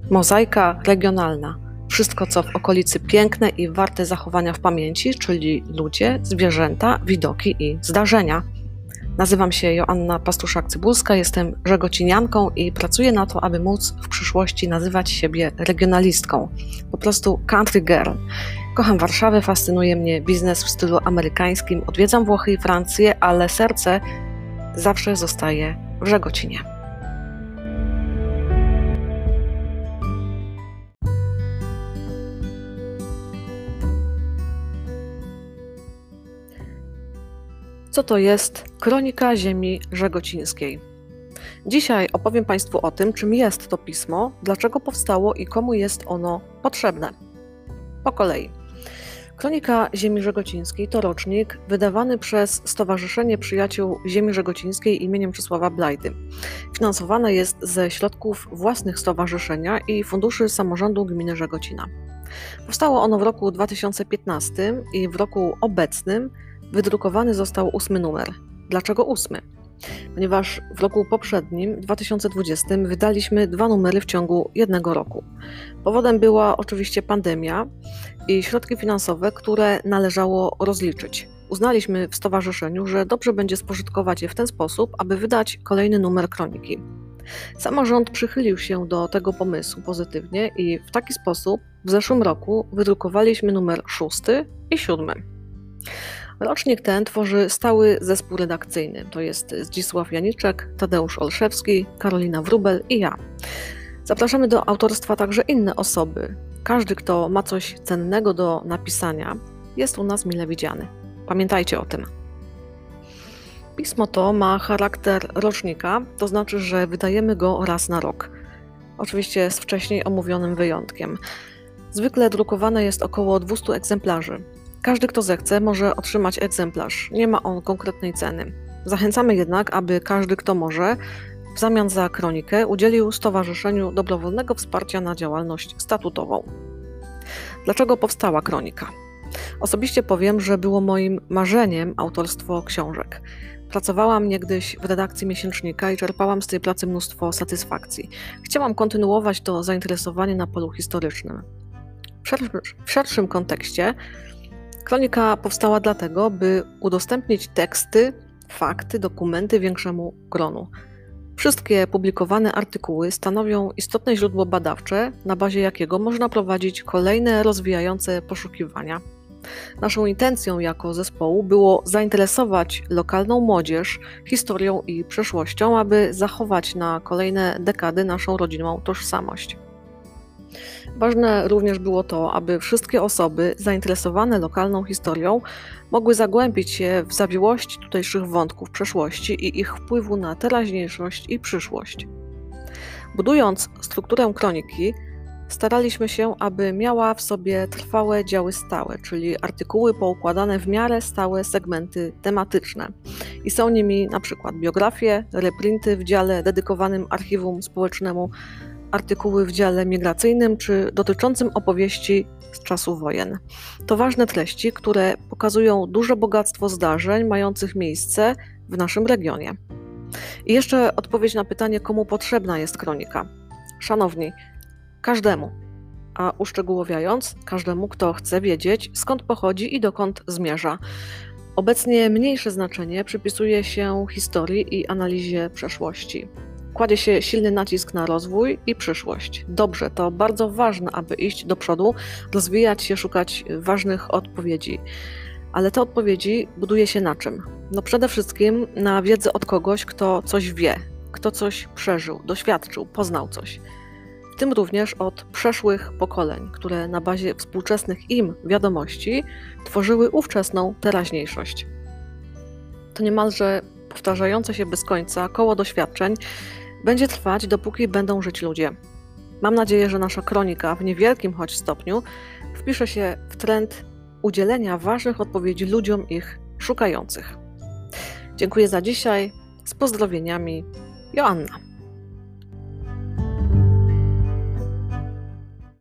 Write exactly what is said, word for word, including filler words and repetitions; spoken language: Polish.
Mozaika regionalna. Wszystko, co w okolicy piękne i warte zachowania w pamięci, czyli ludzie, zwierzęta, widoki i zdarzenia. Nazywam się Joanna Pastuszak-Cybulska, jestem żegocinianką i pracuję na to, aby móc w przyszłości nazywać siebie regionalistką. Po prostu country girl. Kocham Warszawę, fascynuje mnie biznes w stylu amerykańskim, odwiedzam Włochy i Francję, ale serce zawsze zostaje w Żegocinie. Co to jest Kronika Ziemi Żegocińskiej? Dzisiaj opowiem Państwu o tym, czym jest to pismo, dlaczego powstało i komu jest ono potrzebne. Po kolei. Kronika Ziemi Żegocińskiej to rocznik wydawany przez Stowarzyszenie Przyjaciół Ziemi Żegocińskiej imieniem Czesława Blajdy. Finansowane jest ze środków własnych stowarzyszenia i funduszy samorządu gminy Żegocina. Powstało ono w roku dwa tysiące piętnastym i w roku obecnym wydrukowany został ósmy numer. Dlaczego ósmy? Ponieważ w roku poprzednim, dwa tysiące dwudziestym, wydaliśmy dwa numery w ciągu jednego roku. Powodem była oczywiście pandemia i środki finansowe, które należało rozliczyć. Uznaliśmy w stowarzyszeniu, że dobrze będzie spożytkować je w ten sposób, aby wydać kolejny numer kroniki. Samorząd przychylił się do tego pomysłu pozytywnie i w taki sposób w zeszłym roku wydrukowaliśmy numer szósty i siódmy. Rocznik ten tworzy stały zespół redakcyjny, to jest Zdzisław Janiczek, Tadeusz Olszewski, Karolina Wróbel i ja. Zapraszamy do autorstwa także inne osoby. Każdy, kto ma coś cennego do napisania, jest u nas mile widziany. Pamiętajcie o tym. Pismo to ma charakter rocznika, to znaczy, że wydajemy go raz na rok. Oczywiście z wcześniej omówionym wyjątkiem. Zwykle drukowane jest około dwieście egzemplarzy. Każdy, kto zechce, może otrzymać egzemplarz. Nie ma on konkretnej ceny. Zachęcamy jednak, aby każdy, kto może, w zamian za kronikę udzielił Stowarzyszeniu dobrowolnego wsparcia na działalność statutową. Dlaczego powstała kronika? Osobiście powiem, że było moim marzeniem autorstwo książek. Pracowałam niegdyś w redakcji miesięcznika i czerpałam z tej pracy mnóstwo satysfakcji. Chciałam kontynuować to zainteresowanie na polu historycznym. W szerszym, w szerszym kontekście kronika powstała dlatego, by udostępnić teksty, fakty, dokumenty większemu gronu. Wszystkie publikowane artykuły stanowią istotne źródło badawcze, na bazie jakiego można prowadzić kolejne rozwijające poszukiwania. Naszą intencją jako zespołu było zainteresować lokalną młodzież historią i przeszłością, aby zachować na kolejne dekady naszą rodzinną tożsamość. Ważne również było to, aby wszystkie osoby zainteresowane lokalną historią mogły zagłębić się w zawiłość tutejszych wątków przeszłości i ich wpływu na teraźniejszość i przyszłość. Budując strukturę kroniki, staraliśmy się, aby miała w sobie trwałe działy stałe, czyli artykuły poukładane w miarę stałe segmenty tematyczne. I są nimi na przykład biografie, reprinty w dziale dedykowanym archiwum społecznemu, artykuły w dziale migracyjnym czy dotyczącym opowieści z czasu wojen. To ważne treści, które pokazują duże bogactwo zdarzeń mających miejsce w naszym regionie. I jeszcze odpowiedź na pytanie, komu potrzebna jest kronika. Szanowni, każdemu, a uszczegółowiając, każdemu, kto chce wiedzieć, skąd pochodzi i dokąd zmierza. Obecnie mniejsze znaczenie przypisuje się historii i analizie przeszłości. Kładzie się silny nacisk na rozwój i przyszłość. Dobrze, to bardzo ważne, aby iść do przodu, rozwijać się, szukać ważnych odpowiedzi. Ale te odpowiedzi buduje się na czym? No przede wszystkim na wiedzy od kogoś, kto coś wie, kto coś przeżył, doświadczył, poznał coś. W tym również od przeszłych pokoleń, które na bazie współczesnych im wiadomości tworzyły ówczesną teraźniejszość. To niemalże powtarzające się bez końca koło doświadczeń będzie trwać, dopóki będą żyć ludzie. Mam nadzieję, że nasza kronika w niewielkim choć stopniu wpisze się w trend udzielenia ważnych odpowiedzi ludziom ich szukających. Dziękuję za dzisiaj. Z pozdrowieniami, Joanna.